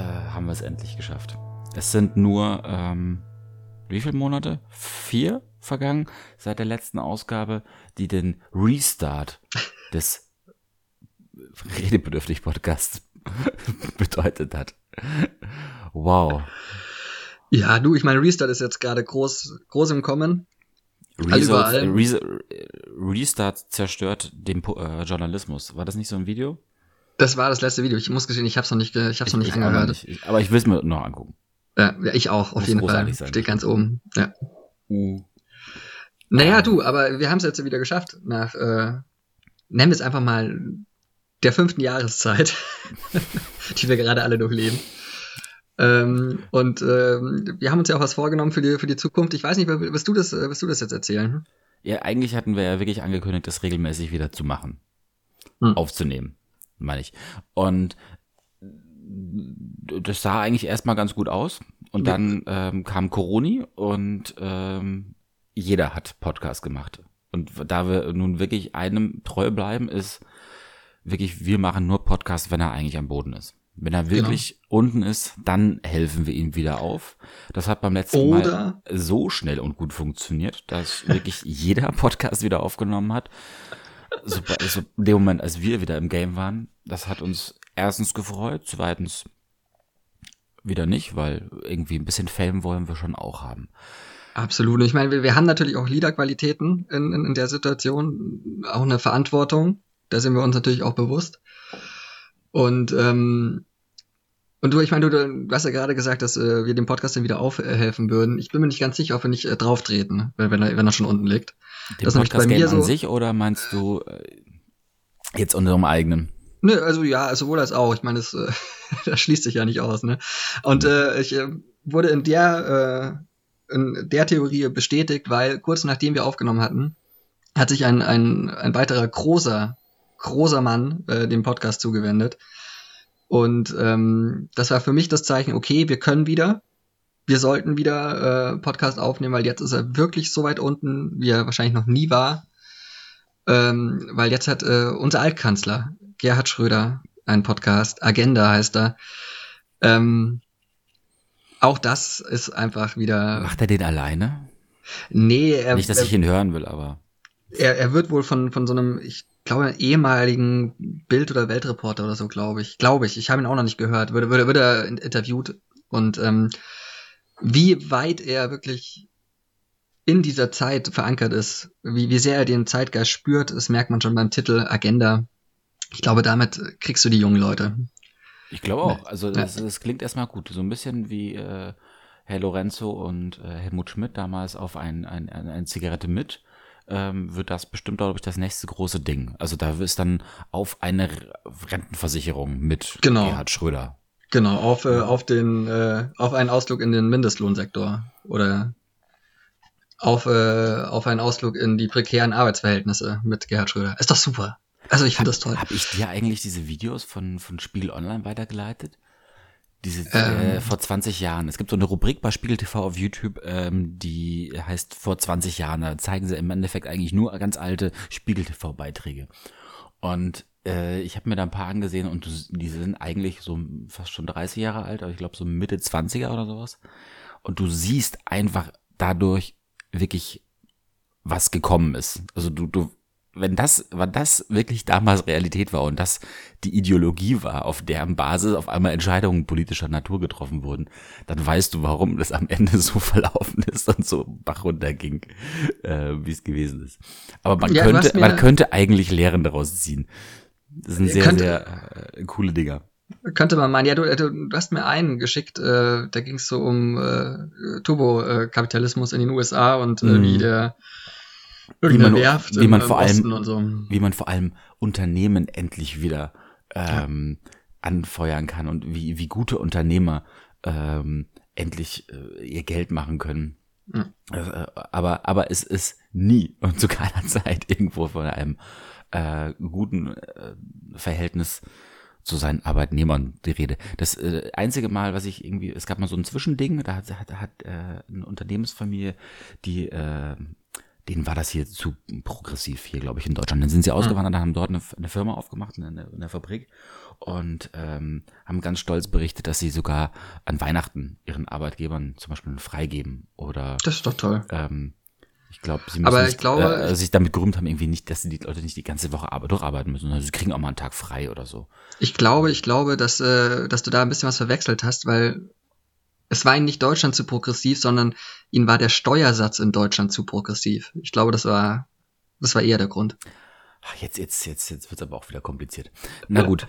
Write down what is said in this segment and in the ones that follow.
haben wir es endlich geschafft. Es sind nur, wie viele Monate? 4 vergangen seit der letzten Ausgabe, die den Restart des Redebedürftig-Podcasts bedeutet hat. Wow. Ja, du, ich meine, Restart ist jetzt gerade groß im Kommen. Restart zerstört den Journalismus. War das nicht so ein Video? Das war das letzte Video. Ich muss gestehen, ich hab's noch nicht angehört. Aber ich will es mir noch angucken. Ja, ich auch, auf jeden Fall. Steht ganz oben. Ja. Naja, du, aber wir haben es jetzt wieder geschafft. Nach, nennen wir es einfach mal der 5. Jahreszeit, die wir gerade alle durchleben. Wir haben uns ja auch was vorgenommen für die Zukunft. Ich weiß nicht, wirst du das jetzt erzählen? Ja, eigentlich hatten wir ja wirklich angekündigt, das regelmäßig wieder zu machen. Aufzunehmen, meine ich. Und das sah eigentlich erstmal ganz gut aus. Und dann kam Corona und jeder hat Podcast gemacht. Und da wir nun wirklich einem treu bleiben, ist wirklich, wir machen nur Podcast, wenn er eigentlich am Boden ist. Wenn er wirklich unten ist, dann helfen wir ihm wieder auf. Das hat beim letzten Mal so schnell und gut funktioniert, dass wirklich jeder Podcast wieder aufgenommen hat. So in dem Moment, als wir wieder im Game waren, das hat uns erstens gefreut, zweitens wieder nicht, weil irgendwie ein bisschen Fame wollen wir schon auch haben. Absolut. Ich meine, wir haben natürlich auch Liederqualitäten in der Situation, auch eine Verantwortung. Da sind wir uns natürlich auch bewusst. Und du, ich meine, du hast ja gerade gesagt, dass wir dem Podcast dann wieder aufhelfen würden. Ich bin mir nicht ganz sicher, ob wir nicht drauf treten, wenn er schon unten liegt. Den Podcast-Game an sich oder meinst du jetzt unserem eigenen? Nö, also ja, sowohl als auch. Ich meine, das schließt sich ja nicht aus, ne? Und ich wurde in der Theorie bestätigt, weil kurz nachdem wir aufgenommen hatten, hat sich ein weiterer großer Mann dem Podcast zugewendet. Und das war für mich das Zeichen, okay, wir sollten wieder Podcast aufnehmen, weil jetzt ist er wirklich so weit unten, wie er wahrscheinlich noch nie war. Weil jetzt hat unser Altkanzler, Gerhard Schröder, einen Podcast, Agenda heißt er. Auch das ist einfach wieder... Macht er den alleine? Nee. Nicht, dass ich ihn hören will, aber... Er wird wohl von so einem, ich glaube, ehemaligen Bild- oder Weltreporter oder so, glaube ich. Ich habe ihn auch noch nicht gehört. Wird er interviewt. Und wie weit er wirklich in dieser Zeit verankert ist, wie sehr er den Zeitgeist spürt, das merkt man schon beim Titel Agenda. Ich glaube, damit kriegst du die jungen Leute. Ich glaube auch. Also das klingt erstmal gut. So ein bisschen wie Herr Lorenzo und Helmut Schmidt damals auf eine Zigarette mit. Wird das bestimmt, glaube ich, das nächste große Ding. Also da ist dann auf eine Rentenversicherung mit Gerhard Schröder. Genau, auf einen Ausflug in den Mindestlohnsektor oder auf einen Ausflug in die prekären Arbeitsverhältnisse mit Gerhard Schröder. Ist doch super. Also ich finde das toll. Habe ich dir eigentlich diese Videos von Spiegel Online weitergeleitet? Vor 20 Jahren. Es gibt so eine Rubrik bei Spiegel TV auf YouTube, die heißt vor 20 Jahren. Da zeigen sie im Endeffekt eigentlich nur ganz alte Spiegel TV-Beiträge. Und ich habe mir da ein paar angesehen und die sind eigentlich so fast schon 30 Jahre alt, aber ich glaube so Mitte 20er oder sowas. Und du siehst einfach dadurch wirklich, was gekommen ist. Also wenn das wirklich damals Realität war und das die Ideologie war, auf deren Basis auf einmal Entscheidungen politischer Natur getroffen wurden, dann weißt du, warum das am Ende so verlaufen ist und so Bach runterging, wie es gewesen ist. Aber man könnte eigentlich Lehren daraus ziehen. Das sind sehr coole Dinger. Könnte man meinen. Ja, du hast mir einen geschickt, da ging es so um Turbokapitalismus in den USA und wie der irgendeine Werft wie man vor allem Unternehmen endlich wieder anfeuern kann und wie gute Unternehmer endlich ihr Geld machen können. Aber es ist nie und zu keiner Zeit irgendwo von einem guten Verhältnis zu seinen Arbeitnehmern die Rede. Das einzige Mal, es gab mal so ein Zwischending, da hat eine Unternehmensfamilie, die denen war das hier zu progressiv hier, glaube ich, in Deutschland. Dann sind sie ausgewandert, haben dort eine Firma aufgemacht, eine Fabrik und haben ganz stolz berichtet, dass sie sogar an Weihnachten ihren Arbeitgebern zum Beispiel freigeben oder. Das ist doch toll. Ich glaube, sie müssen sich damit gerühmt haben, irgendwie nicht, dass die Leute nicht die ganze Woche durcharbeiten müssen, sondern sie kriegen auch mal einen Tag frei oder so. Ich glaube, dass du da ein bisschen was verwechselt hast, weil es war ihnen nicht Deutschland zu progressiv, sondern ihnen war der Steuersatz in Deutschland zu progressiv. Ich glaube, das war eher der Grund. Jetzt wird's aber auch wieder kompliziert. Na gut.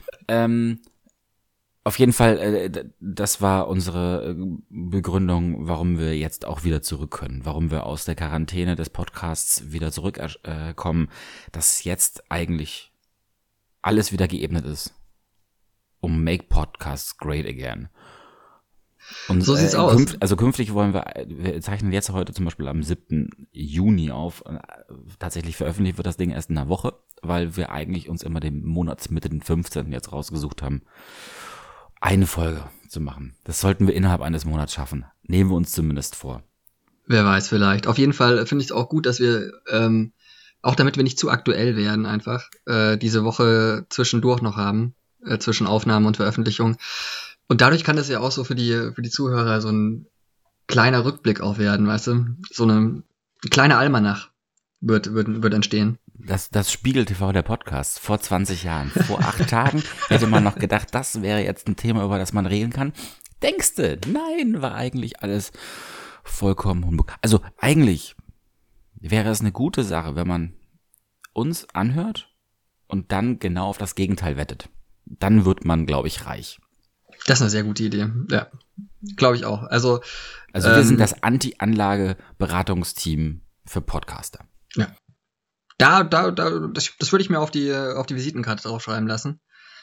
Auf jeden Fall, das war unsere Begründung, warum wir jetzt auch wieder zurück können, warum wir aus der Quarantäne des Podcasts wieder zurückkommen, dass jetzt eigentlich alles wieder geebnet ist, um Make Podcasts Great Again. Und so sieht's aus. Also künftig wir zeichnen jetzt heute zum Beispiel am 7. Juni auf. Tatsächlich veröffentlicht wird das Ding erst in einer Woche, weil wir eigentlich uns immer den Monatsmitte, den 15. jetzt rausgesucht haben, eine Folge zu machen. Das sollten wir innerhalb eines Monats schaffen. Nehmen wir uns zumindest vor. Wer weiß, vielleicht. Auf jeden Fall finde ich es auch gut, dass wir, auch damit wir nicht zu aktuell werden, einfach diese Woche zwischendurch noch haben, zwischen Aufnahme und Veröffentlichung. Und dadurch kann das ja auch so für die Zuhörer so ein kleiner Rückblick auch werden, weißt du? So eine kleine Almanach wird entstehen. Das Spiegel TV der Podcast vor 20 Jahren. Vor 8 Tagen hätte man noch gedacht, das wäre jetzt ein Thema, über das man reden kann. Denkste, nein, war eigentlich alles vollkommen Humbug. Also eigentlich wäre es eine gute Sache, wenn man uns anhört und dann genau auf das Gegenteil wettet. Dann wird man, glaube ich, reich. Das ist eine sehr gute Idee, ja. Glaube ich auch. Also wir sind das Anti-Anlage-Beratungsteam für Podcaster. Ja. Das würde ich mir auf die Visitenkarte draufschreiben lassen.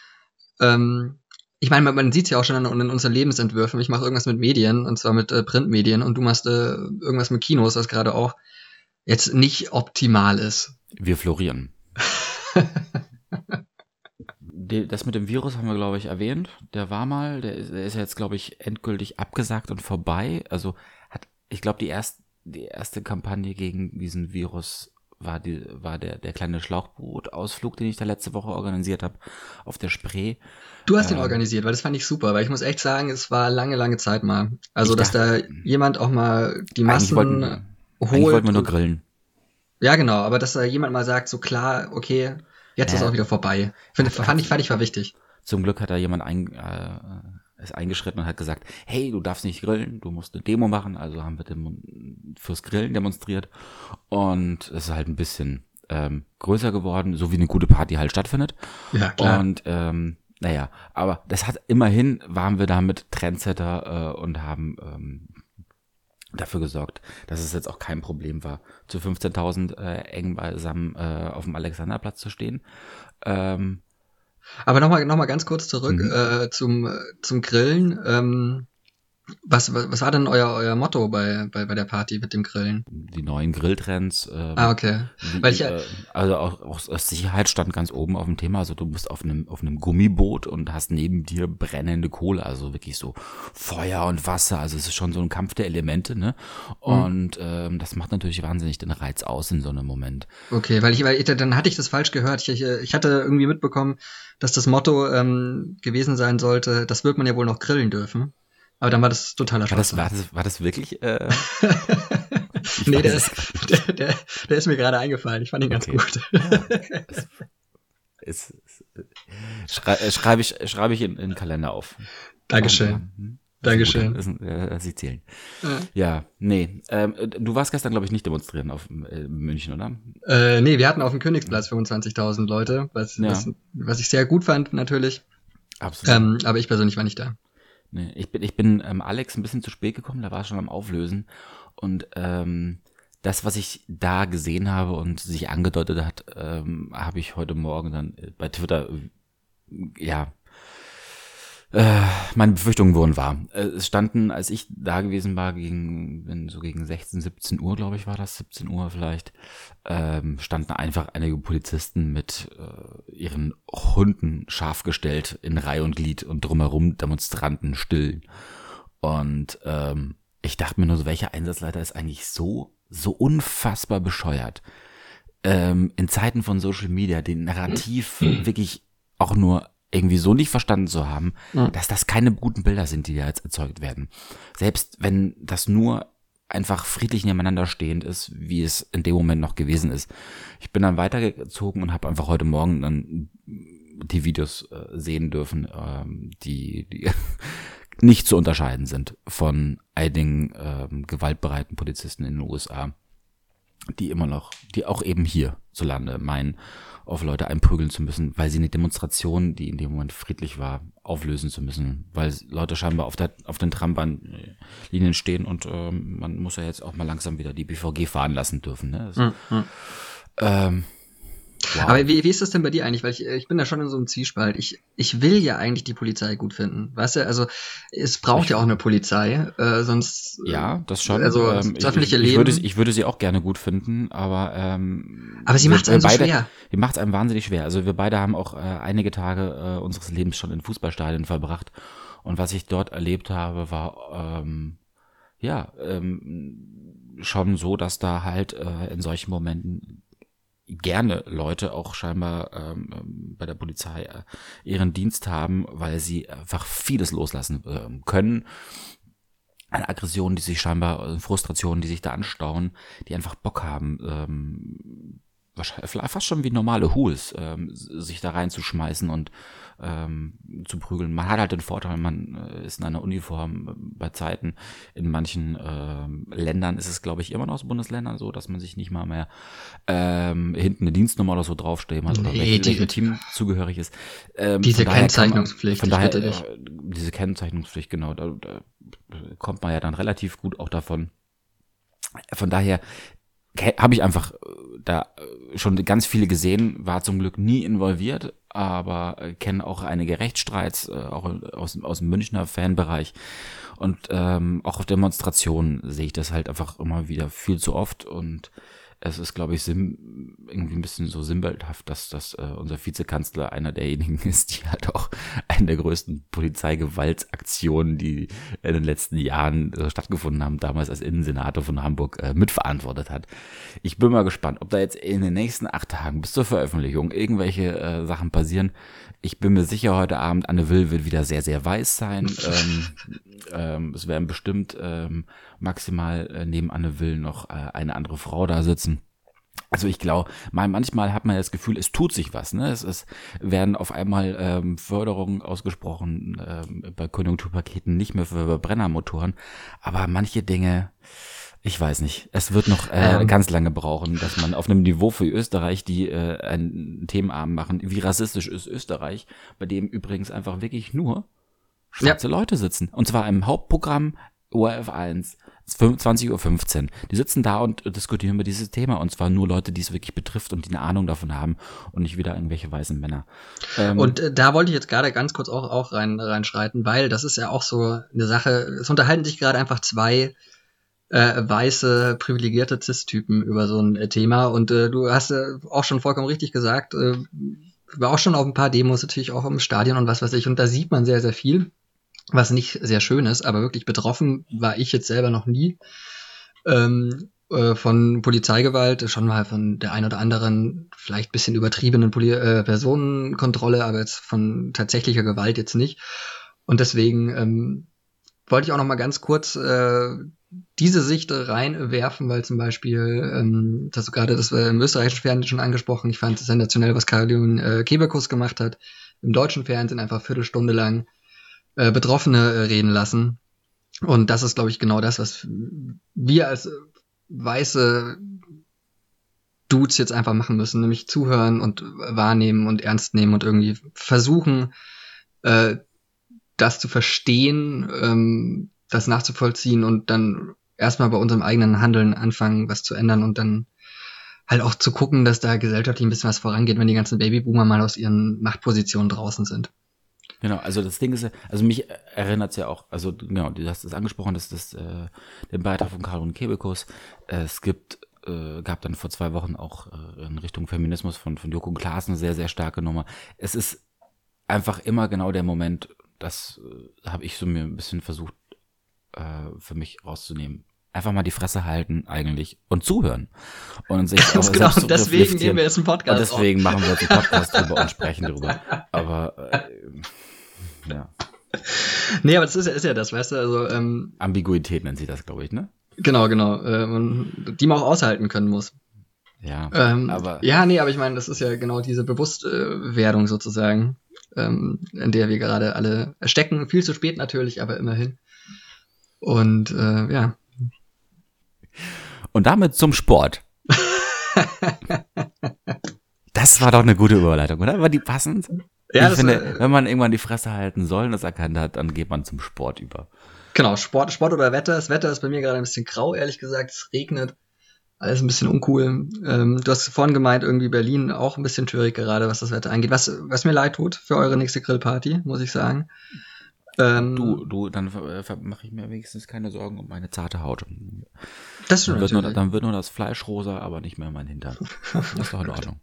Ich meine, man sieht es ja auch schon in unseren Lebensentwürfen. Ich mache irgendwas mit Medien, und zwar mit Printmedien, und du machst irgendwas mit Kinos, das gerade auch jetzt nicht optimal ist. Wir florieren. Das mit dem Virus haben wir, glaube ich, erwähnt. Der war mal, der ist jetzt, glaube ich, endgültig abgesagt und vorbei. Also ich glaube, die erste Kampagne gegen diesen Virus war der kleine Schlauchbootausflug, den ich da letzte Woche organisiert habe, auf der Spree. Du hast den organisiert, weil das fand ich super, weil ich muss echt sagen, es war lange Zeit mal. Also, dass da jemand auch mal die Massen holt. Eigentlich wollten wir nur grillen. Ja, genau, aber dass da jemand mal sagt, so klar, okay, jetzt ist auch wieder vorbei. Fand ich war wichtig. Zum Glück hat da jemand ist eingeschritten und hat gesagt, hey, du darfst nicht grillen, du musst eine Demo machen. Also haben wir fürs Grillen demonstriert. Und es ist halt ein bisschen größer geworden, so wie eine gute Party halt stattfindet. Ja, klar. Und naja, aber immerhin waren wir damit Trendsetter und haben dafür gesorgt, dass es jetzt auch kein Problem war, zu 15.000 eng beisammen auf dem Alexanderplatz zu stehen. Aber noch mal ganz kurz zurück zum Grillen. Was war denn euer Motto bei der Party mit dem Grillen? Die neuen Grilltrends. Okay. Also auch aus Sicherheit stand ganz oben auf dem Thema. Also du bist auf einem Gummiboot und hast neben dir brennende Kohle, also wirklich so Feuer und Wasser. Also es ist schon so ein Kampf der Elemente, ne? Und das macht natürlich wahnsinnig den Reiz aus in so einem Moment. Okay, weil dann hatte ich das falsch gehört. Ich hatte irgendwie mitbekommen, dass das Motto gewesen sein sollte, das wird man ja wohl noch grillen dürfen. Aber dann war das totaler Schwachsinn. War das wirklich? Nee, der ist mir gerade eingefallen. Ich fand ihn ganz gut. Schreibe ich in den Kalender auf. Dankeschön. Sie zählen. Ja, nee. Du warst gestern, glaube ich, nicht demonstrieren auf München, oder? Nee, wir hatten auf dem Königsplatz 25.000 Leute, was ich sehr gut fand, natürlich. Absolut. Aber ich persönlich war nicht da. Nee, ich bin Alex ein bisschen zu spät gekommen, da war er schon am Auflösen. Und das, was ich da gesehen habe und sich angedeutet hat, habe ich heute Morgen dann bei Twitter, meine Befürchtungen wurden wahr. Es standen, als ich da gewesen war, gegen 16, 17 Uhr, glaube ich, war das, 17 Uhr vielleicht, standen einfach einige Polizisten mit ihren Hunden scharf gestellt in Reihe und Glied und drumherum Demonstranten still. Und ich dachte mir nur so, welcher Einsatzleiter ist eigentlich so so unfassbar bescheuert, in Zeiten von Social Media den Narrativ wirklich auch nur irgendwie so nicht verstanden zu haben, dass das keine guten Bilder sind, die da jetzt erzeugt werden. Selbst wenn das nur einfach friedlich nebeneinander stehend ist, wie es in dem Moment noch gewesen ist. Ich bin dann weitergezogen und habe einfach heute Morgen dann die Videos sehen dürfen, die nicht zu unterscheiden sind von einigen gewaltbereiten Polizisten in den USA, die auch eben hierzulande meinen, auf Leute einprügeln zu müssen, weil sie eine Demonstration, die in dem Moment friedlich war, auflösen zu müssen, weil Leute scheinbar auf den Trambahnlinien stehen und man muss ja jetzt auch mal langsam wieder die BVG fahren lassen dürfen. Ne? Wow. Aber wie ist das denn bei dir eigentlich? Weil ich bin da schon in so einem Zwiespalt. Ich will ja eigentlich die Polizei gut finden. Weißt du, also es braucht ja auch eine Polizei, sonst. Ja, das schon. Also das öffentliche Leben. Ich würde sie auch gerne gut finden, aber sie macht es einem so schwer. Die macht es einem wahnsinnig schwer. Also wir beide haben auch einige Tage unseres Lebens schon in Fußballstadien verbracht. Und was ich dort erlebt habe, war schon so, dass da halt in solchen Momenten gerne Leute auch scheinbar bei der Polizei ihren Dienst haben, weil sie einfach vieles loslassen können. Eine Aggression, die sich scheinbar, Frustrationen, die sich da anstauen, die einfach Bock haben, wahrscheinlich fast schon wie normale Hools, sich da reinzuschmeißen und zu prügeln. Man hat halt den Vorteil, man ist in einer Uniform bei Zeiten. In manchen Ländern ist es, glaube ich, immer noch aus Bundesländern so, dass man sich nicht mal mehr hinten eine Dienstnummer oder so draufstehen hat oder welchem Team zugehörig ist. Diese Kennzeichnungspflicht. Diese Kennzeichnungspflicht, genau. Da kommt man ja dann relativ gut auch davon. Von daher habe ich einfach da schon ganz viele gesehen, war zum Glück nie involviert, aber kenne auch einige Rechtsstreits, auch aus dem Münchner Fanbereich. Und auch auf Demonstrationen sehe ich das halt einfach immer wieder viel zu oft. Und es ist, glaube ich, irgendwie ein bisschen so sinnbildhaft, dass unser Vizekanzler einer derjenigen ist, die halt auch eine der größten Polizeigewaltaktionen, die in den letzten Jahren stattgefunden haben, damals als Innensenator von Hamburg mitverantwortet hat. Ich bin mal gespannt, ob da jetzt in den nächsten 8 Tagen bis zur Veröffentlichung irgendwelche Sachen passieren. Ich bin mir sicher, heute Abend Anne Will wird wieder sehr, sehr weiß sein. Es werden bestimmt maximal neben Anne Will noch eine andere Frau da sitzen. Also ich glaube, manchmal hat man das Gefühl, es tut sich was. Ne? Es werden auf einmal Förderungen ausgesprochen bei Konjunkturpaketen, nicht mehr für Verbrennermotoren. Aber manche Dinge, ich weiß nicht, es wird noch ganz lange brauchen, dass man auf einem Niveau für Österreich, die einen Themenabend machen, wie rassistisch ist Österreich, bei dem übrigens einfach wirklich nur schwarze Leute sitzen. Und zwar im Hauptprogramm ORF 1, 20:15 Uhr. Die sitzen da und diskutieren über dieses Thema. Und zwar nur Leute, die es wirklich betrifft und die eine Ahnung davon haben und nicht wieder irgendwelche weißen Männer. Und da wollte ich jetzt gerade ganz kurz auch reinschreiten, weil das ist ja auch so eine Sache. Es unterhalten sich gerade einfach zwei weiße, privilegierte Cis-Typen über so ein Thema. Und du hast auch schon vollkommen richtig gesagt, war auch schon auf ein paar Demos, natürlich auch im Stadion und was weiß ich. Und da sieht man sehr, sehr viel, was nicht sehr schön ist, aber wirklich betroffen war ich jetzt selber noch nie von Polizeigewalt, schon mal von der ein oder anderen vielleicht bisschen übertriebenen Personenkontrolle, aber jetzt von tatsächlicher Gewalt jetzt nicht. Und deswegen wollte ich auch noch mal ganz kurz diese Sicht reinwerfen, weil zum Beispiel, das wir im österreichischen Fernsehen schon angesprochen, ich fand es sensationell, was Caroline Kebekus gemacht hat, im deutschen Fernsehen einfach Viertelstunde lang Betroffene reden lassen. Und das ist, glaube ich, genau das, was wir als weiße Dudes jetzt einfach machen müssen, nämlich zuhören und wahrnehmen und ernst nehmen und irgendwie versuchen, das zu verstehen, das nachzuvollziehen und dann erstmal bei unserem eigenen Handeln anfangen, was zu ändern und dann halt auch zu gucken, dass da gesellschaftlich ein bisschen was vorangeht, wenn die ganzen Babyboomer mal aus ihren Machtpositionen draußen sind. Genau, also das Ding ist ja, also mich erinnert es ja auch, also genau, du hast es angesprochen, den Beitrag von Caroline Kebekus. Es gab dann vor 2 Wochen auch in Richtung Feminismus von Joko Klaas eine sehr, sehr starke Nummer. Es ist einfach immer genau der Moment, das habe ich so mir ein bisschen versucht für mich rauszunehmen. Einfach mal die Fresse halten eigentlich und zuhören. Und sich Ganz genau, deswegen nehmen wir jetzt einen Podcast und deswegen machen wir jetzt einen Podcast drüber und sprechen drüber. Aber, ja. Nee, aber das ist ja das, weißt du, also Ambiguität nennt sie das, glaube ich, ne? Genau, die man auch aushalten können muss. Ja, aber ich meine, das ist ja genau diese Bewusstwerdung sozusagen, in der wir gerade alle stecken. Viel zu spät natürlich, aber immerhin. Und ja. Und damit zum Sport. Das war doch eine gute Überleitung, oder? War die passend? Ja, ich finde, wenn man irgendwann die Fresse halten soll und das erkannt hat, dann geht man zum Sport über. Genau, Sport oder Wetter. Das Wetter ist bei mir gerade ein bisschen grau, ehrlich gesagt. Es regnet. Alles ein bisschen uncool. Du hast vorhin gemeint, irgendwie Berlin auch ein bisschen törig gerade, was das Wetter angeht. Was mir leid tut für eure nächste Grillparty, muss ich sagen. Dann mache ich mir wenigstens keine Sorgen um meine zarte Haut. Das stimmt natürlich. Dann wird nur das Fleisch rosa, aber nicht mehr mein Hintern. Das ist doch in Ordnung.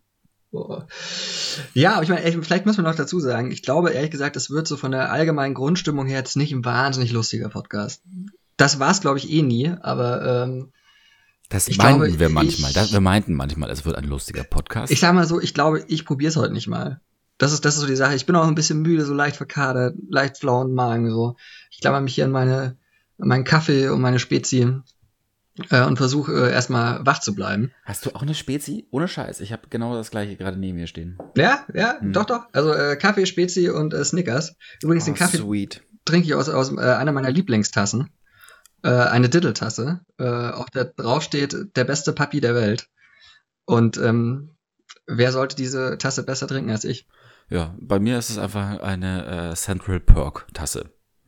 Ja, aber ich meine, vielleicht muss man noch dazu sagen, ich glaube ehrlich gesagt, es wird so von der allgemeinen Grundstimmung her jetzt nicht ein wahnsinnig lustiger Podcast. Das war es, glaube ich, nie, aber wir manchmal. Wir meinten manchmal, es wird ein lustiger Podcast. Ich sag mal so, ich glaube, ich probiere es heute nicht mal. Das ist so die Sache. Ich bin auch ein bisschen müde, so leicht verkadert, leicht flauen Magen, so. Ich klammer mich hier an meinen Kaffee und meine Spezi und versuche erstmal wach zu bleiben. Hast du auch eine Spezi? Ohne Scheiß. Ich habe genau das gleiche gerade neben mir stehen. Ja, doch. Also Kaffee, Spezi und Snickers. Übrigens den Kaffee trinke ich aus einer meiner Lieblingstassen. Eine Diddle-Tasse, auf der drauf steht, der beste Papi der Welt. Und wer sollte diese Tasse besser trinken als ich? Ja, bei mir ist es einfach eine Central Perk Tasse.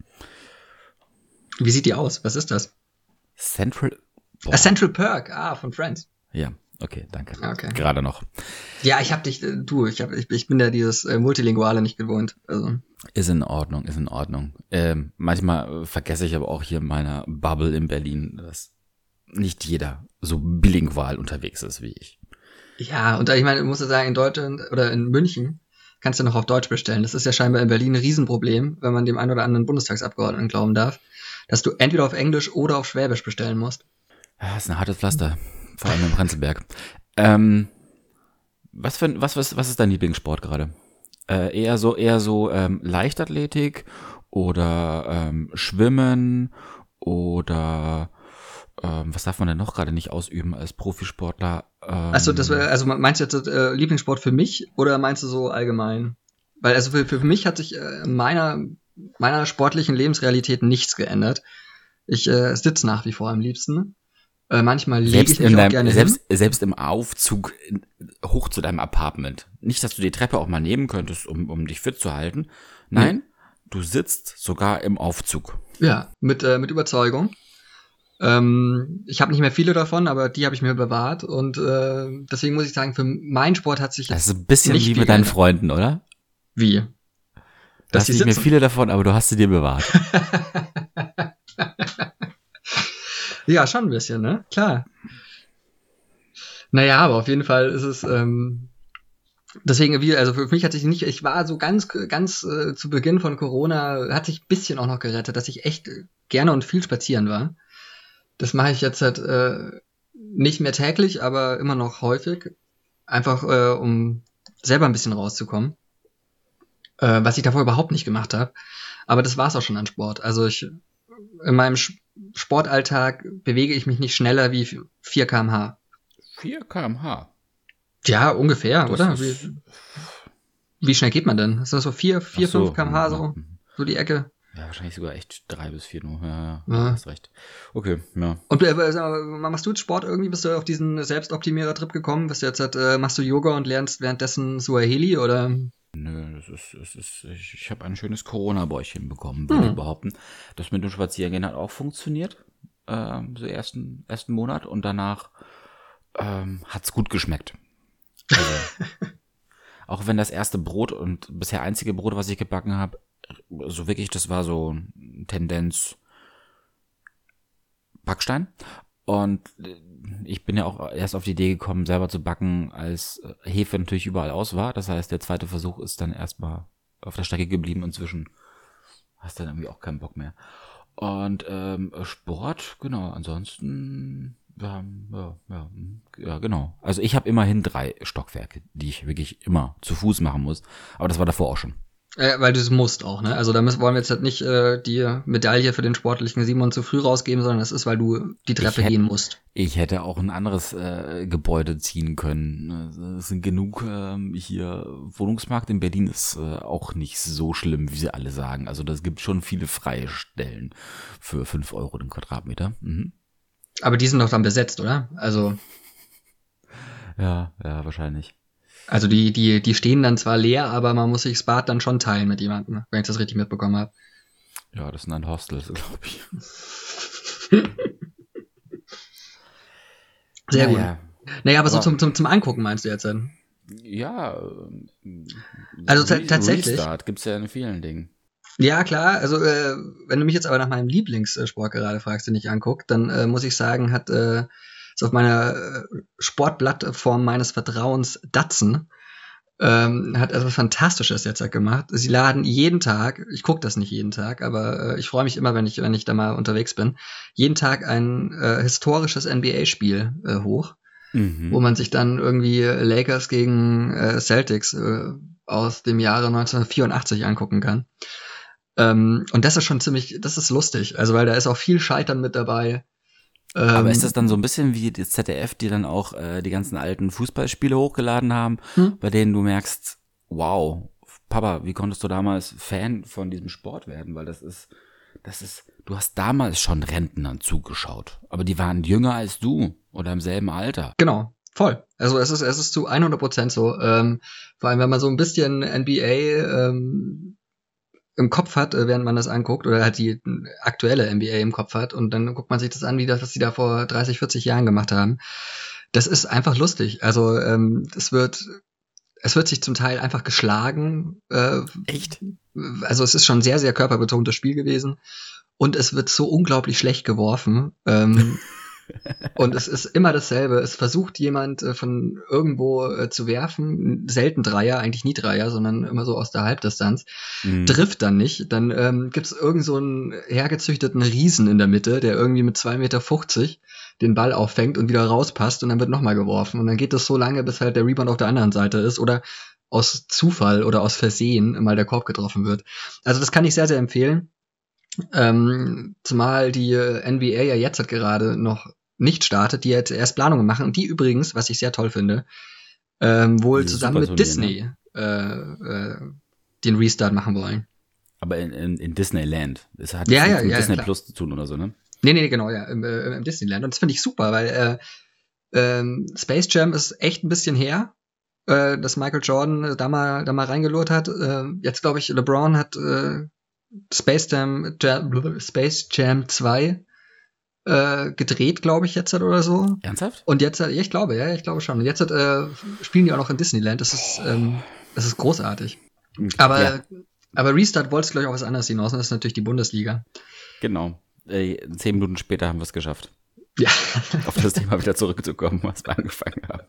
Wie sieht die aus? Was ist das? Central Perk, von Friends. Ja, okay, danke. Okay. Gerade noch. Ja, ich bin ja dieses Multilinguale nicht gewohnt. Also. Ist in Ordnung. Manchmal vergesse ich aber auch hier in meiner Bubble in Berlin, dass nicht jeder so bilingual unterwegs ist wie ich. Ja, und ich meine, ich muss ja sagen, in Deutschland oder in München kannst du noch auf Deutsch bestellen. Das ist ja scheinbar in Berlin ein Riesenproblem, wenn man dem einen oder anderen Bundestagsabgeordneten glauben darf, dass du entweder auf Englisch oder auf Schwäbisch bestellen musst. Ja, ist ein hartes Pflaster, vor allem im Prenzlberg. Was ist dein Lieblingssport gerade? Eher so Leichtathletik oder Schwimmen oder was darf man denn noch gerade nicht ausüben als Profisportler? Also meinst du jetzt Lieblingssport für mich oder meinst du so allgemein? Weil also für mich hat sich meiner sportlichen Lebensrealität nichts geändert. Ich sitze nach wie vor am liebsten. Manchmal lege ich mich auch gerne hin. Selbst im Aufzug hoch zu deinem Apartment. Nicht, dass du die Treppe auch mal nehmen könntest, um dich fit zu halten. Nein, Du sitzt sogar im Aufzug. Ja, mit Überzeugung. Ich habe nicht mehr viele davon, aber die habe ich mir bewahrt. Und deswegen muss ich sagen, für meinen Sport hat sich das ist ein bisschen wie mit deinen Freunden, oder? Wie? Du hast nicht mehr viele davon, aber du hast sie dir bewahrt. Ja, schon ein bisschen, ne? Klar. Naja, aber auf jeden Fall ist es, deswegen, also für mich hat sich nicht, ich war so ganz zu Beginn von Corona, hat sich ein bisschen auch noch gerettet, dass ich echt gerne und viel spazieren war. Das mache ich jetzt halt nicht mehr täglich, aber immer noch häufig. Einfach, um selber ein bisschen rauszukommen. Was ich davor überhaupt nicht gemacht habe. Aber das war's auch schon an Sport. Also in meinem Sportalltag bewege ich mich nicht schneller wie 4 km/h. 4 km/h? Ja, ungefähr, das oder? Wie schnell geht man denn? Ist das so 4, 5 km/h so die Ecke? Ja, wahrscheinlich sogar echt 3 bis 4 nur. Ja. Hast recht. Okay, ja. Und machst du jetzt Sport irgendwie? Bist du auf diesen Selbstoptimierer-Trip gekommen? Bist du jetzt machst du Yoga und lernst währenddessen Suaheli oder? Nö, ich habe ein schönes Corona-Bäuchchen bekommen, würde ich behaupten. Das mit dem Spazierengehen hat auch funktioniert, so ersten Monat, und danach hat's gut geschmeckt. Also, auch wenn das erste Brot und bisher einzige Brot, was ich gebacken habe, so wirklich, das war so Tendenz Backstein. Und ich bin ja auch erst auf die Idee gekommen, selber zu backen, als Hefe natürlich überall aus war. Das heißt, der zweite Versuch ist dann erstmal auf der Strecke geblieben. Inzwischen hast du dann irgendwie auch keinen Bock mehr. Und Sport, genau, ansonsten, ja, genau. Also ich habe immerhin 3 Stockwerke, die ich wirklich immer zu Fuß machen muss. Aber das war davor auch schon. Weil du es musst auch, ne? Also wollen wir jetzt halt nicht die Medaille für den sportlichen Simon zu früh rausgeben, sondern das ist, weil du die Treppe gehen musst. Ich hätte auch ein anderes Gebäude ziehen können. Es sind genug hier. Wohnungsmarkt in Berlin ist auch nicht so schlimm, wie sie alle sagen. Also das gibt schon viele freie Stellen für 5 Euro den Quadratmeter. Mhm. Aber die sind doch dann besetzt, oder? Also Ja, wahrscheinlich. Also die stehen dann zwar leer, aber man muss sich das Bad dann schon teilen mit jemandem, wenn ich das richtig mitbekommen habe. Ja, das sind dann Hostels, glaube ich. Sehr gut. Naja, aber so zum Angucken meinst du jetzt dann? Ja. Also tatsächlich. Restart gibt's ja in vielen Dingen. Ja, klar. Also wenn du mich jetzt aber nach meinem Lieblingssport gerade fragst, den ich angucke, dann muss ich sagen, ist auf meiner Sportplattform meines Vertrauens Datsun, hat etwas Fantastisches jetzt gemacht. Sie laden jeden Tag, ich gucke das nicht jeden Tag, aber ich freue mich immer, wenn ich da mal unterwegs bin, jeden Tag ein historisches NBA-Spiel hoch, wo man sich dann irgendwie Lakers gegen Celtics aus dem Jahre 1984 angucken kann. Und das ist schon das ist lustig, also weil da ist auch viel Scheitern mit dabei. Aber ist das dann so ein bisschen wie das ZDF, die dann auch die ganzen alten Fußballspiele hochgeladen haben, bei denen du merkst, wow, Papa, wie konntest du damals Fan von diesem Sport werden? Weil das ist, du hast damals schon Rentnern zugeschaut, aber die waren jünger als du oder im selben Alter. Genau, voll. Also es ist zu 100% so. Vor allem, wenn man so ein bisschen NBA im Kopf hat, während man das anguckt, oder halt die aktuelle NBA im Kopf hat, und dann guckt man sich das an, was sie da vor 30, 40 Jahren gemacht haben. Das ist einfach lustig. Also es wird sich zum Teil einfach geschlagen. Echt? Also es ist schon ein sehr, sehr körperbetontes Spiel gewesen. Und es wird so unglaublich schlecht geworfen. Und es ist immer dasselbe. Es versucht jemand von irgendwo zu werfen. Selten Dreier, eigentlich nie Dreier, sondern immer so aus der Halbdistanz. Trifft dann nicht. Dann gibt's irgend so einen hergezüchteten Riesen in der Mitte, der irgendwie mit 2,50 Meter den Ball auffängt und wieder rauspasst, und dann wird nochmal geworfen. Und dann geht das so lange, bis halt der Rebound auf der anderen Seite ist oder aus Zufall oder aus Versehen mal der Korb getroffen wird. Also das kann ich sehr, sehr empfehlen. Zumal die NBA ja jetzt halt gerade noch nicht startet, die jetzt erst Planungen machen, und die übrigens, was ich sehr toll finde, wohl zusammen mit Disney den Restart machen wollen. Aber in Disneyland. Das hat ja, mit Disney klar. Plus zu tun oder so, ne? Nee, genau, ja, im Disneyland. Und das finde ich super, weil Space Jam ist echt ein bisschen her, dass Michael Jordan da mal reingelurrt hat. Jetzt glaube ich, LeBron hat Space Jam 2 gedreht, glaube ich, jetzt oder so. Ernsthaft? Und jetzt, ich glaube schon. Und jetzt spielen die auch noch in Disneyland. Das ist großartig. Aber Restart wolltest du, glaube ich, auch was anderes hinaus. Und das ist natürlich die Bundesliga. Genau. 10 Minuten später haben wir es geschafft. Ja. Auf das Thema wieder zurückzukommen, was wir angefangen haben.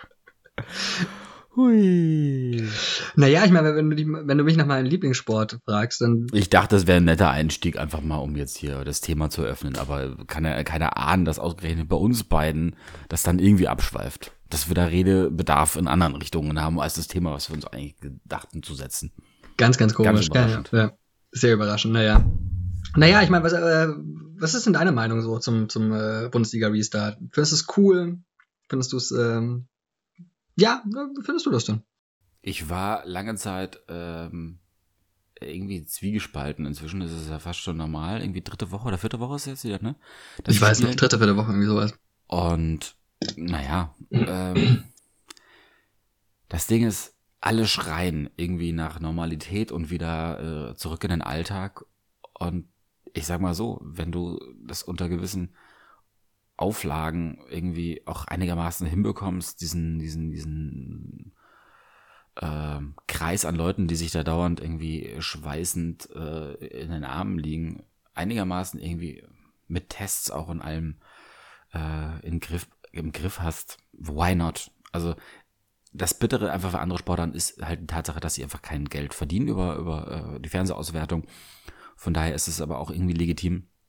Hui. Naja, ich meine, wenn du mich nach meinem Lieblingssport fragst, dann... Ich dachte, das wäre ein netter Einstieg, einfach mal, um jetzt hier das Thema zu öffnen. Aber kann ja keiner ahnen, dass ausgerechnet bei uns beiden das dann irgendwie abschweift. Dass wir da Redebedarf in anderen Richtungen haben, als das Thema, was wir uns eigentlich gedachten zu setzen. Ganz, ganz komisch. Ganz überraschend. Ja. Sehr überraschend, naja. Naja, ich meine, was ist denn deine Meinung so zum Bundesliga-Restart? Findest du es cool? Findest du es... Ja, wie findest du das denn? Ich war lange Zeit irgendwie zwiegespalten. Inzwischen ist es ja fast schon normal. Irgendwie 3. Woche oder 4. Woche ist es jetzt wieder, ne? Ich weiß nicht, 3., 4. Woche, irgendwie sowas. Und naja, das Ding ist, alle schreien irgendwie nach Normalität und wieder zurück in den Alltag. Und ich sag mal so, wenn du das unter gewissen Auflagen irgendwie auch einigermaßen hinbekommst, diesen Kreis an Leuten, die sich da dauernd irgendwie schweißend in den Armen liegen, einigermaßen irgendwie mit Tests auch in allem im Griff hast, why not? Also das Bittere einfach für andere Sportarten ist halt die Tatsache, dass sie einfach kein Geld verdienen über die Fernsehauswertung. Von daher ist es aber auch irgendwie legitim,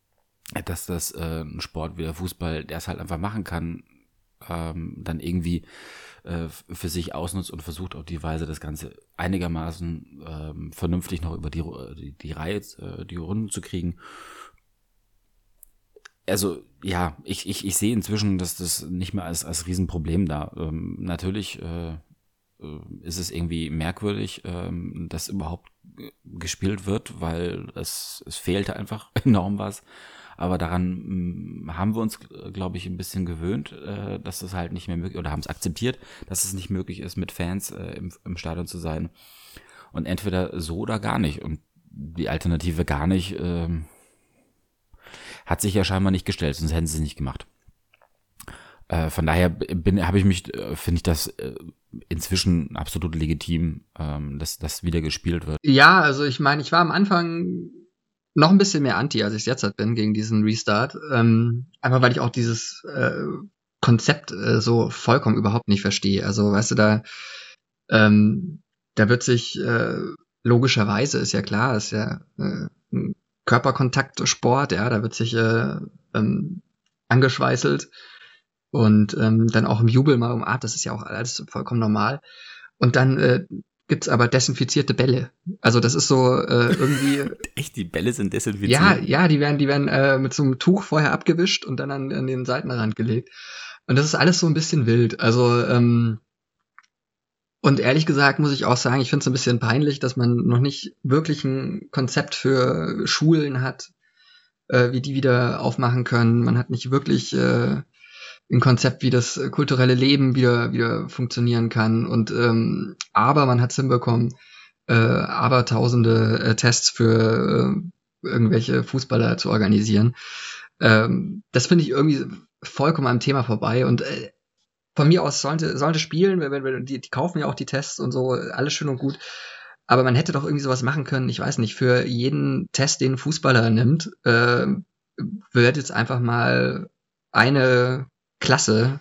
dass das ein Sport wie der Fußball, der es halt einfach machen kann, dann irgendwie für sich ausnutzt und versucht auf die Weise das Ganze einigermaßen vernünftig noch über die Reihe, die Runden zu kriegen. Also ja, ich sehe inzwischen, dass das nicht mehr als Riesenproblem da. Natürlich ist es irgendwie merkwürdig, dass überhaupt gespielt wird, weil es fehlte einfach enorm was. Aber daran haben wir uns, glaube ich, ein bisschen gewöhnt, dass das halt nicht mehr möglich, oder haben es akzeptiert, dass es nicht möglich ist, mit Fans im Stadion zu sein. Und entweder so oder gar nicht. Und die Alternative gar nicht hat sich ja scheinbar nicht gestellt, sonst hätten sie es nicht gemacht. Von daher finde ich das inzwischen absolut legitim, dass das wieder gespielt wird. Ja, also ich meine, ich war am Anfang noch ein bisschen mehr anti, als ich jetzt halt bin, gegen diesen Restart. Einfach weil ich auch dieses Konzept so vollkommen überhaupt nicht verstehe. Also, weißt du, da wird sich logischerweise, ist ja klar, ist ja ein Körperkontaktsport, ja, da wird sich angeschweißelt und dann auch im Jubel mal umarmt, das ist ja auch alles vollkommen normal. Und dann gibt's aber desinfizierte Bälle. Also das ist so irgendwie. Echt, die Bälle sind desinfiziert? Ja, die werden mit so einem Tuch vorher abgewischt und dann an den Seitenrand gelegt. Und das ist alles so ein bisschen wild. Also und ehrlich gesagt muss ich auch sagen, ich finde es ein bisschen peinlich, dass man noch nicht wirklich ein Konzept für Schulen hat, wie die wieder aufmachen können. Man hat nicht wirklich ein Konzept, wie das kulturelle Leben wieder funktionieren kann. Und aber man hat es hinbekommen, abertausende Tests für irgendwelche Fußballer zu organisieren. Das finde ich irgendwie vollkommen am Thema vorbei. Und von mir aus sollte spielen, die kaufen ja auch die Tests und so, alles schön und gut. Aber man hätte doch irgendwie sowas machen können, ich weiß nicht, für jeden Test, den ein Fußballer nimmt, wird jetzt einfach mal eine Klasse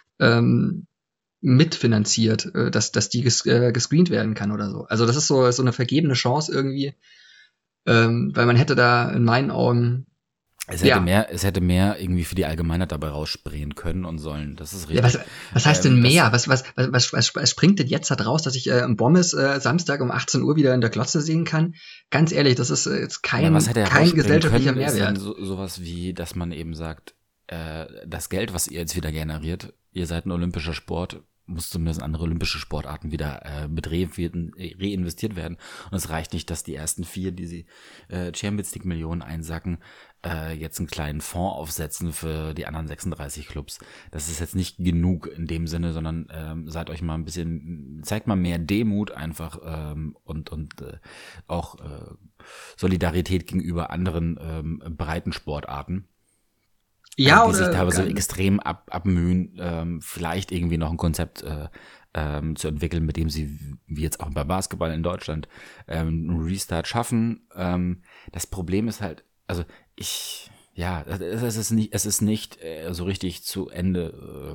mitfinanziert, dass die gescreent werden kann oder so. Also das ist so eine vergebene Chance irgendwie, weil man hätte da in meinen Augen es hätte mehr irgendwie für die Allgemeinheit dabei rausspringen können und sollen. Das ist richtig. Ja, was heißt denn mehr? Was springt denn jetzt halt raus, dass ich Bommes Samstag um 18 Uhr wieder in der Glotze sehen kann? Ganz ehrlich, das ist jetzt kein gesellschaftlicher Mehrwert. Sowas wie, dass man eben sagt, das Geld, was ihr jetzt wieder generiert, ihr seid ein olympischer Sport, muss zumindest andere olympische Sportarten wieder reinvestiert werden. Und es reicht nicht, dass die ersten 4, die sie Champions League Millionen einsacken, jetzt einen kleinen Fonds aufsetzen für die anderen 36 Clubs. Das ist jetzt nicht genug in dem Sinne, sondern zeigt mal mehr Demut einfach und auch Solidarität gegenüber anderen breiten Sportarten. Ja, die sich teilweise extrem abmühen, vielleicht irgendwie noch ein Konzept zu entwickeln, mit dem sie, wie jetzt auch beim Basketball in Deutschland, einen Restart schaffen. Das Problem ist halt, also es ist nicht so richtig zu Ende,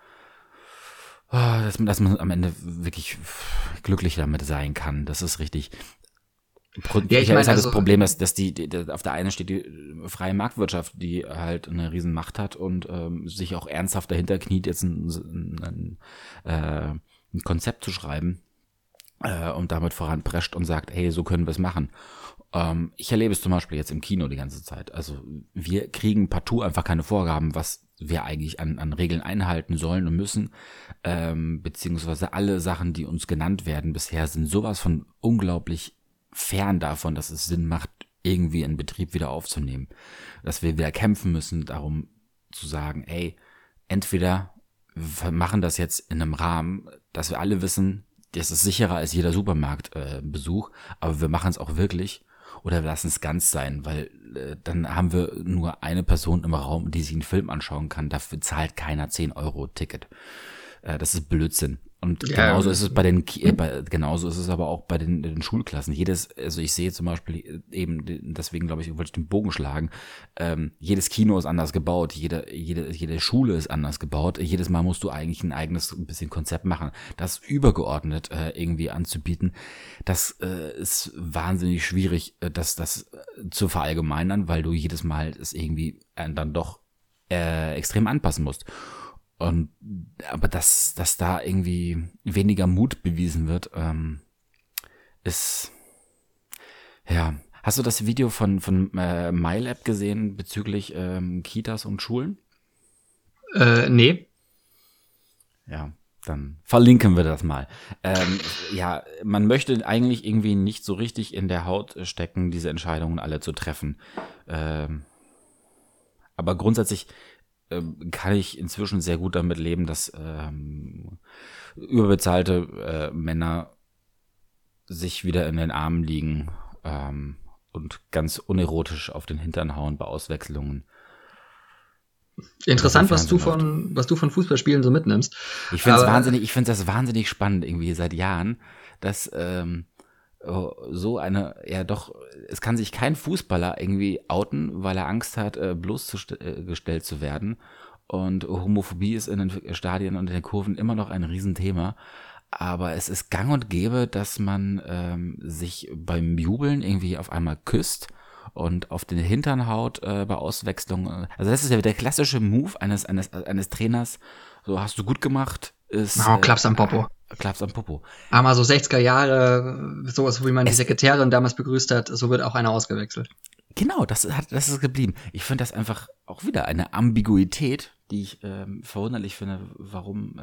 dass man am Ende wirklich glücklich damit sein kann. Das ist richtig. Ja, ich meine, das Problem ist, dass auf der einen steht die freie Marktwirtschaft, die halt eine riesen Macht hat und sich auch ernsthaft dahinter kniet, jetzt ein Konzept zu schreiben und damit voranprescht und sagt, hey, so können wir es machen. Ich erlebe es zum Beispiel jetzt im Kino die ganze Zeit. Also wir kriegen partout einfach keine Vorgaben, was wir eigentlich an Regeln einhalten sollen und müssen, beziehungsweise alle Sachen, die uns genannt werden bisher, sind sowas von unglaublich fern davon, dass es Sinn macht, irgendwie einen Betrieb wieder aufzunehmen. Dass wir wieder kämpfen müssen, darum zu sagen, ey, entweder wir machen das jetzt in einem Rahmen, dass wir alle wissen, das ist sicherer als jeder Supermarktbesuch, aber wir machen es auch wirklich, oder wir lassen es ganz sein, weil dann haben wir nur eine Person im Raum, die sich einen Film anschauen kann, dafür zahlt keiner 10 € Ticket. Das ist Blödsinn. Und genauso ist es genauso ist es aber auch bei den Schulklassen. Also ich sehe zum Beispiel eben, deswegen glaube ich, wollte ich den Bogen schlagen, jedes Kino ist anders gebaut, jede Schule ist anders gebaut, jedes Mal musst du eigentlich ein eigenes bisschen Konzept machen. Das übergeordnet irgendwie anzubieten, das ist wahnsinnig schwierig, das zu verallgemeinern, weil du jedes Mal es irgendwie dann doch extrem anpassen musst. Aber dass da irgendwie weniger Mut bewiesen wird, ist, ja. Hast du das Video von MyLab gesehen bezüglich Kitas und Schulen? Nee. Ja, dann verlinken wir das mal. Ja, man möchte eigentlich irgendwie nicht so richtig in der Haut stecken, diese Entscheidungen alle zu treffen. Aber grundsätzlich kann ich inzwischen sehr gut damit leben, dass überbezahlte Männer sich wieder in den Armen liegen und ganz unerotisch auf den Hintern hauen bei Auswechslungen. Interessant, was du von Fußballspielen so mitnimmst. Ich finde das wahnsinnig spannend irgendwie seit Jahren, dass es kann sich kein Fußballer irgendwie outen, weil er Angst hat, bloßgestellt zu werden. Und Homophobie ist in den Stadien und in den Kurven immer noch ein Riesenthema. Aber es ist gang und gäbe, dass man sich beim Jubeln irgendwie auf einmal küsst und auf den Hintern haut bei Auswechslung. Also das ist ja der klassische Move eines Trainers. So, hast du gut gemacht. Klaps am Popo. Klaps am Popo. Aber so 60er Jahre, sowas, wie man die Sekretärin damals begrüßt hat, so wird auch einer ausgewechselt. Genau, das ist geblieben. Ich finde das einfach auch wieder eine Ambiguität, die ich verwunderlich finde, warum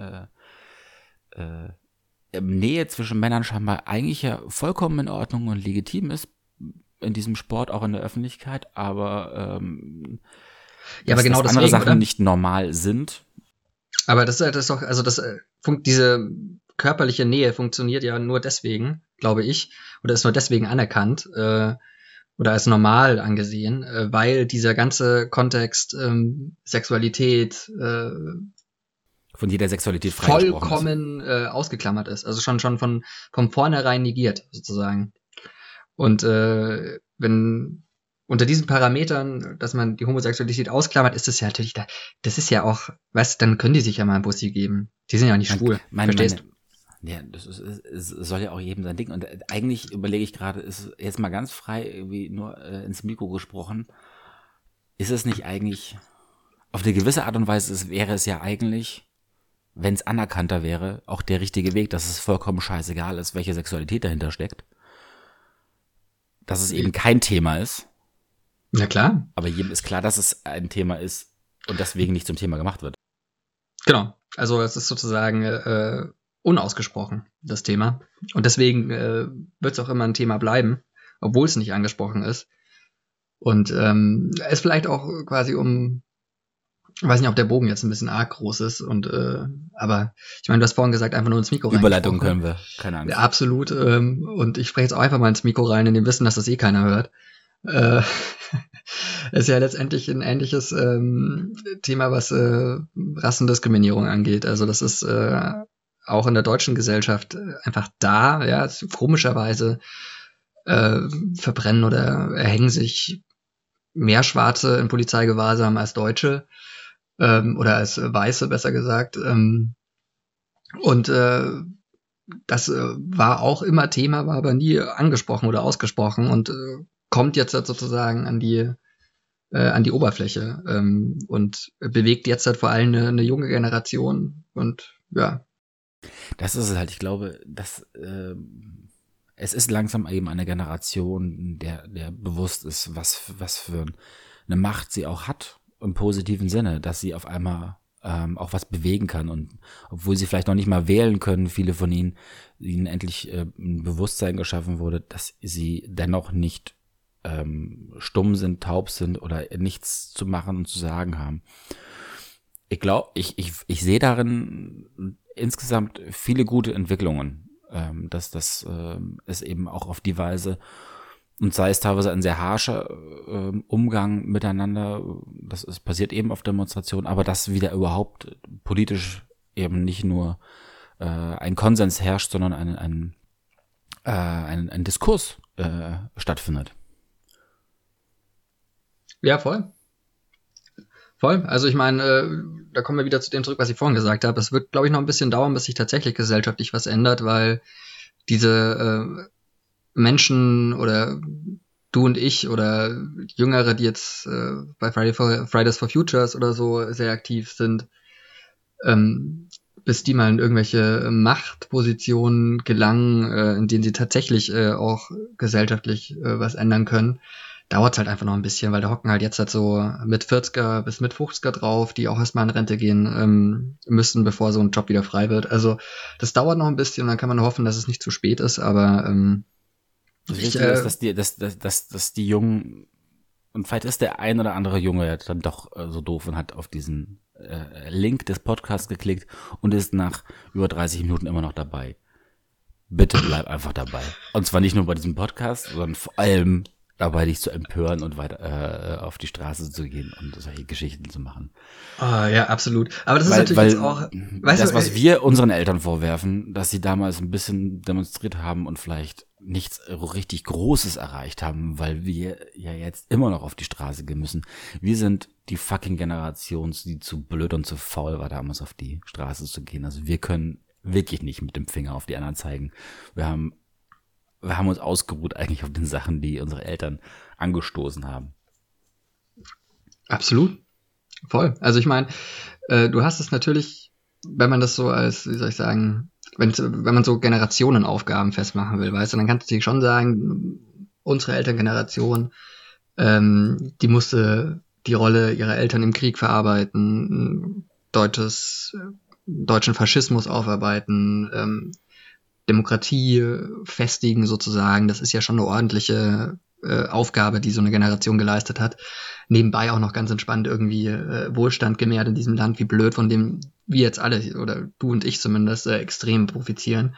Nähe zwischen Männern scheinbar eigentlich ja vollkommen in Ordnung und legitim ist in diesem Sport, auch in der Öffentlichkeit, aber aber genau dass andere Sachen nicht normal sind. Aber das ist doch, also diese körperliche Nähe funktioniert ja nur deswegen, glaube ich, oder ist nur deswegen anerkannt oder als normal angesehen, weil dieser ganze Kontext Sexualität von jeder Sexualität vollkommen ausgeklammert ist. Also schon von vornherein negiert, sozusagen. Und wenn unter diesen Parametern, dass man die Homosexualität ausklammert, ist es ja natürlich, das ist ja auch, weißt du, dann können die sich ja mal ein Bussi geben. Die sind ja nicht schwul, verstehst du? Ja, es soll ja auch jedem sein Ding. Und eigentlich überlege ich gerade, ist jetzt mal ganz frei irgendwie nur ins Mikro gesprochen, ist es nicht eigentlich, auf eine gewisse Art und Weise wäre es ja eigentlich, wenn es anerkannter wäre, auch der richtige Weg, dass es vollkommen scheißegal ist, welche Sexualität dahinter steckt. Dass es eben kein Thema ist. Na klar. Aber jedem ist klar, dass es ein Thema ist und deswegen nicht zum Thema gemacht wird. Genau. Also es ist sozusagen unausgesprochen, das Thema. Und deswegen wird es auch immer ein Thema bleiben, obwohl es nicht angesprochen ist. Und es vielleicht auch quasi ich weiß nicht, ob der Bogen jetzt ein bisschen arg groß ist. Aber ich meine, du hast vorhin gesagt, einfach nur ins Mikro rein. Überleitung können wir, keine Angst. Ja, absolut. Und ich spreche jetzt auch einfach mal ins Mikro rein, in dem Wissen, dass das keiner hört. Ist ja letztendlich ein ähnliches Thema, was Rassendiskriminierung angeht. Also das ist auch in der deutschen Gesellschaft einfach da. Ja, komischerweise verbrennen oder erhängen sich mehr Schwarze in Polizeigewahrsam als Deutsche oder als Weiße, besser gesagt. Das war auch immer Thema, war aber nie angesprochen oder ausgesprochen und kommt jetzt halt sozusagen an die Oberfläche und bewegt jetzt halt vor allem eine junge Generation und ja. Das ist es halt, ich glaube, dass es ist langsam eben eine Generation, der bewusst ist, was für eine Macht sie auch hat, im positiven Sinne, dass sie auf einmal auch was bewegen kann und obwohl sie vielleicht noch nicht mal wählen können, viele von ihnen endlich ein Bewusstsein geschaffen wurde, dass sie dennoch nicht stumm sind, taub sind oder nichts zu machen und zu sagen haben. Ich glaube, ich sehe darin insgesamt viele gute Entwicklungen, dass das ist eben auch auf die Weise und sei es teilweise ein sehr harscher Umgang miteinander, passiert eben auf Demonstrationen, aber dass wieder überhaupt politisch eben nicht nur ein Konsens herrscht, sondern ein Diskurs stattfindet. Ja, voll. Voll. Also ich meine, da kommen wir wieder zu dem zurück, was ich vorhin gesagt habe. Es wird, glaube ich, noch ein bisschen dauern, bis sich tatsächlich gesellschaftlich was ändert, weil diese Menschen oder du und ich oder Jüngere, die jetzt bei Fridays for Futures oder so sehr aktiv sind, bis die mal in irgendwelche Machtpositionen gelangen, in denen sie tatsächlich auch gesellschaftlich was ändern können, dauert es halt einfach noch ein bisschen, weil da hocken halt jetzt halt so mit 40er bis mit 50er drauf, die auch erstmal in Rente gehen müssen, bevor so ein Job wieder frei wird. Also das dauert noch ein bisschen und dann kann man hoffen, dass es nicht zu spät ist, aber das Wichtige ist, dass die Jungen, und vielleicht ist der ein oder andere Junge ja dann doch so doof und hat auf diesen Link des Podcasts geklickt und ist nach über 30 Minuten immer noch dabei. Bitte bleib einfach dabei. Und zwar nicht nur bei diesem Podcast, sondern vor allem dabei, dich zu empören und weiter auf die Straße zu gehen und solche Geschichten zu machen. Oh, ja, absolut. Aber das ist natürlich jetzt auch, weißt du, was wir unseren Eltern vorwerfen, dass sie damals ein bisschen demonstriert haben und vielleicht nichts richtig Großes erreicht haben, weil wir ja jetzt immer noch auf die Straße gehen müssen. Wir sind die fucking Generation, die zu blöd und zu faul war, damals auf die Straße zu gehen. Also wir können wirklich nicht mit dem Finger auf die anderen zeigen. Wir haben uns ausgeruht eigentlich auf den Sachen, die unsere Eltern angestoßen haben. Absolut. Voll. Also ich meine, du hast es natürlich, wenn man das so als, wie soll ich sagen, wenn man so Generationenaufgaben festmachen will, weißt du, dann kannst du dir schon sagen, unsere Elterngeneration, die musste die Rolle ihrer Eltern im Krieg verarbeiten, deutschen Faschismus aufarbeiten, Demokratie festigen sozusagen. Das ist ja schon eine ordentliche Aufgabe, die so eine Generation geleistet hat. Nebenbei auch noch ganz entspannt irgendwie Wohlstand gemehrt in diesem Land, wie blöd, von dem wir jetzt alle, oder du und ich zumindest, extrem profitieren.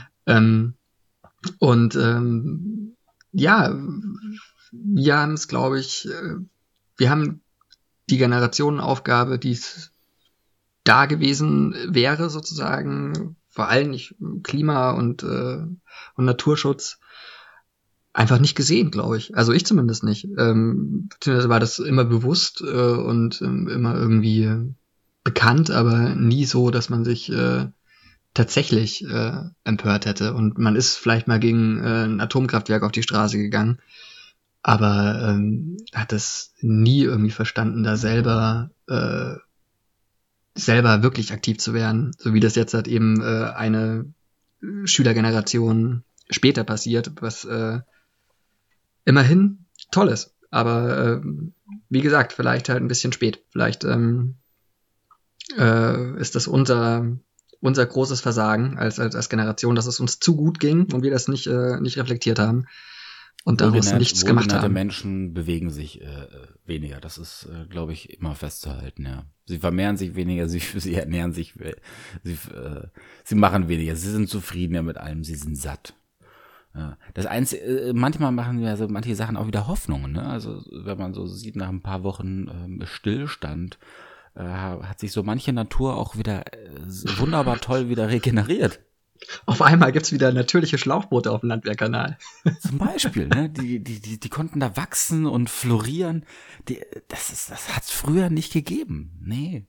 Ja, wir haben es, glaube ich, wir haben die Generationenaufgabe, die es da gewesen wäre, sozusagen, vor allem nicht Klima und Naturschutz, einfach nicht gesehen, glaube ich. Also ich zumindest nicht. Beziehungsweise war das immer bewusst und immer irgendwie bekannt, aber nie so, dass man sich tatsächlich empört hätte. Und man ist vielleicht mal gegen ein Atomkraftwerk auf die Straße gegangen, aber hat es nie irgendwie verstanden, da selber wirklich aktiv zu werden, so wie das jetzt halt eben eine Schülergeneration später passiert, was immerhin toll ist. Aber wie gesagt, vielleicht halt ein bisschen spät. Vielleicht ist das unser großes Versagen als Generation, dass es uns zu gut ging und wir das nicht reflektiert haben und daraus nichts gemacht haben. Menschen bewegen sich weniger. Das ist, glaube ich, immer festzuhalten, ja. Sie vermehren sich weniger, sie ernähren sich, sie machen weniger, sie sind zufriedener mit allem, sie sind satt. Ja. Das Einzige, manchmal machen wir so manche Sachen auch wieder Hoffnungen, ne? Also wenn man so sieht, nach ein paar Wochen Stillstand hat sich so manche Natur auch wieder wunderbar toll wieder regeneriert. Auf einmal gibt's wieder natürliche Schlauchboote auf dem Landwehrkanal. Zum Beispiel, ne? Die konnten da wachsen und florieren. Das hat's früher nicht gegeben. Nee.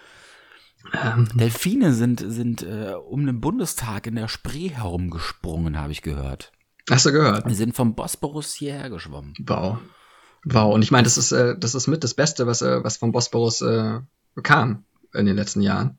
Delfine sind um den Bundestag in der Spree herumgesprungen, habe ich gehört. Hast du gehört? Die sind vom Bosporus hierher geschwommen. Wow. Und ich meine, das ist mit das Beste, was vom Bosporus kam in den letzten Jahren.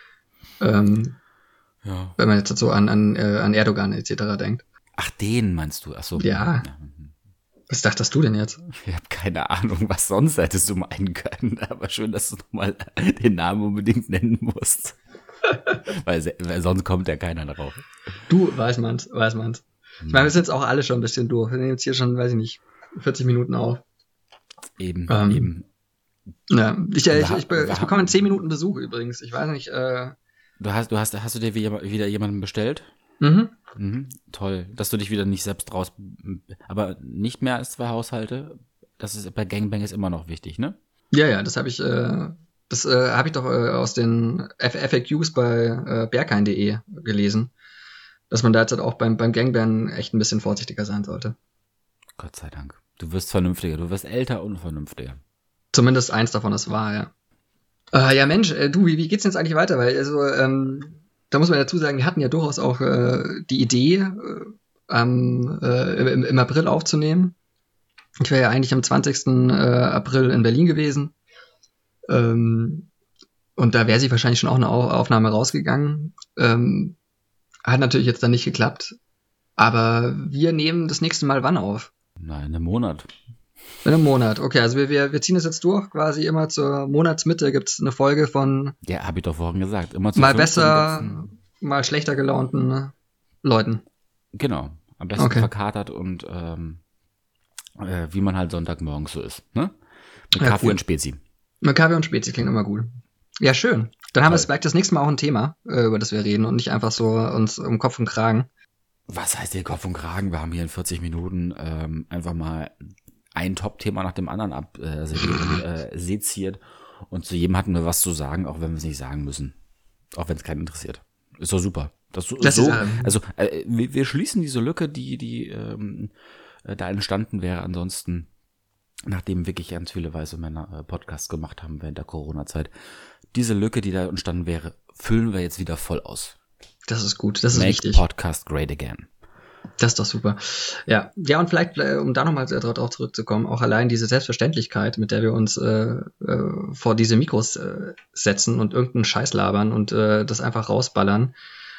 Ja. Wenn man jetzt so an Erdogan etc. denkt. Ach, den meinst du? Ach so. Ja. Was dachtest du denn jetzt? Ich habe keine Ahnung, was sonst hättest du meinen können. Aber schön, dass du nochmal den Namen unbedingt nennen musst. weil sonst kommt ja keiner drauf. Du, weiß man's. Ich meine, wir sind jetzt auch alle schon ein bisschen durch. Wir nehmen jetzt hier schon, weiß ich nicht, 40 Minuten auf. Eben. Ja, ich bekomme in 10 Minuten Besuch übrigens. Ich weiß nicht, Hast du dir wieder jemanden bestellt? Toll, dass du dich wieder nicht selbst raus, aber nicht mehr als 2 Haushalte, das ist bei Gangbang ist immer noch wichtig, ne? Ja, das habe ich Das habe ich doch aus den FAQs bei berghain.de gelesen, dass man da jetzt halt auch beim Gangban echt ein bisschen vorsichtiger sein sollte. Gott sei Dank. Du wirst vernünftiger, du wirst älter und vernünftiger. Zumindest eins davon ist wahr, ja. Ja Mensch, du, wie geht's denn jetzt eigentlich weiter? Weil also, da muss man dazu sagen, wir hatten ja durchaus auch die Idee, im April aufzunehmen. Ich wäre ja eigentlich am 20. April in Berlin gewesen. Und da wäre sich wahrscheinlich schon auch eine Aufnahme rausgegangen. Hat natürlich jetzt dann nicht geklappt. Aber wir nehmen das nächste Mal wann auf? Nein, in einem Monat. In einem Monat, okay. Also wir ziehen das jetzt durch. Quasi immer zur Monatsmitte gibt's eine Folge von... Ja, habe ich doch vorhin gesagt. Immer mal besser, mal schlechter gelaunten Leuten. Genau. Am besten verkatert und wie man halt Sonntagmorgens so ist. Ne? Mit Kaffee und Spezi. Mit Kaffee und Spezi klingt immer gut. Ja, schön. Dann haben wir vielleicht das nächste Mal auch ein Thema, über das wir reden und nicht einfach so uns um Kopf und Kragen. Was heißt hier Kopf und Kragen? Wir haben hier in 40 Minuten einfach mal ein Top-Thema nach dem anderen seziert und zu jedem hatten wir was zu sagen, auch wenn wir es nicht sagen müssen. Auch wenn es keinen interessiert. Ist doch super. Wir schließen diese Lücke, die da entstanden wäre ansonsten, nachdem wirklich ganz viele weiße Männer Podcasts gemacht haben während der Corona-Zeit. Diese Lücke, die da entstanden wäre, füllen wir jetzt wieder voll aus. Das ist gut, das ist Make wichtig. Podcast great again. Das ist doch super. Ja, und vielleicht, um da nochmal darauf zurückzukommen, auch allein diese Selbstverständlichkeit, mit der wir uns vor diese Mikros setzen und irgendeinen Scheiß labern und das einfach rausballern.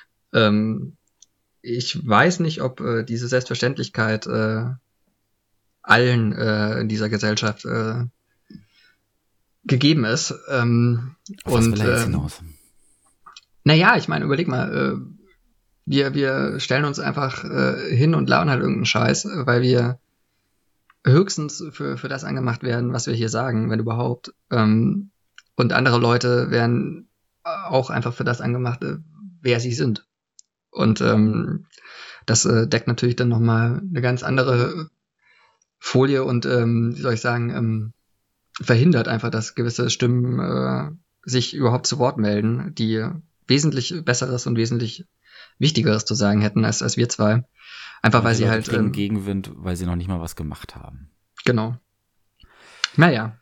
Ich weiß nicht, ob diese Selbstverständlichkeit allen in dieser Gesellschaft gegeben ist. Was will er jetzt hinaus? Naja, ich meine, überleg mal, wir stellen uns einfach hin und labern halt irgendeinen Scheiß, weil wir höchstens für das angemacht werden, was wir hier sagen, wenn überhaupt. Und andere Leute werden auch einfach für das angemacht, wer sie sind. Und das deckt natürlich dann nochmal eine ganz andere Folie und, wie soll ich sagen, verhindert einfach, dass gewisse Stimmen sich überhaupt zu Wort melden, die wesentlich Besseres und wesentlich Wichtigeres zu sagen hätten als wir zwei. Einfach weil sie halt... Gegenwind, weil sie noch nicht mal was gemacht haben. Genau. Naja.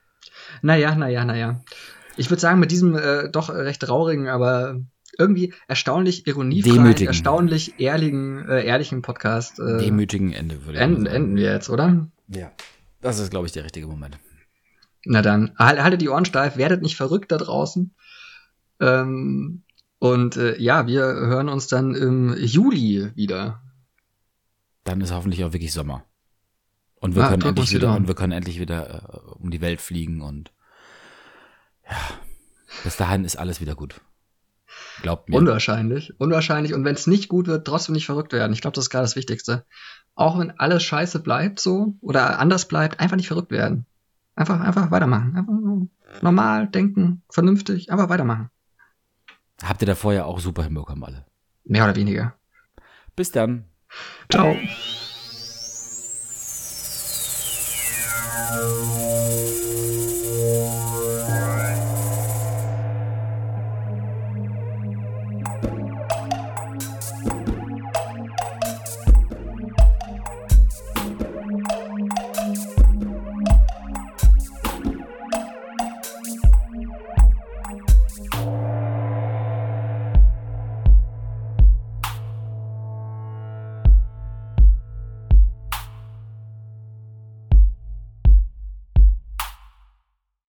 Ich würde sagen, mit diesem doch recht traurigen, aber irgendwie erstaunlich ironiefrei, erstaunlich ehrlichen Podcast. Demütigen Ende würde ich sagen. Enden wir jetzt, oder? Ja. Das ist, glaube ich, der richtige Moment. Na dann, haltet die Ohren steif, werdet nicht verrückt da draußen. Wir hören uns dann im Juli wieder. Dann ist hoffentlich auch wirklich Sommer. Und wir können endlich wieder um die Welt fliegen und ja, bis dahin ist alles wieder gut. Glaubt mir. Unwahrscheinlich. Und wenn es nicht gut wird, trotzdem nicht verrückt werden. Ich glaube, das ist gerade das Wichtigste. Auch wenn alles scheiße bleibt so oder anders bleibt, einfach nicht verrückt werden. Einfach weitermachen. Einfach so normal denken, vernünftig, einfach weitermachen. Habt ihr da vorher auch super hinbekommen alle? Mehr oder weniger. Bis dann. Ciao.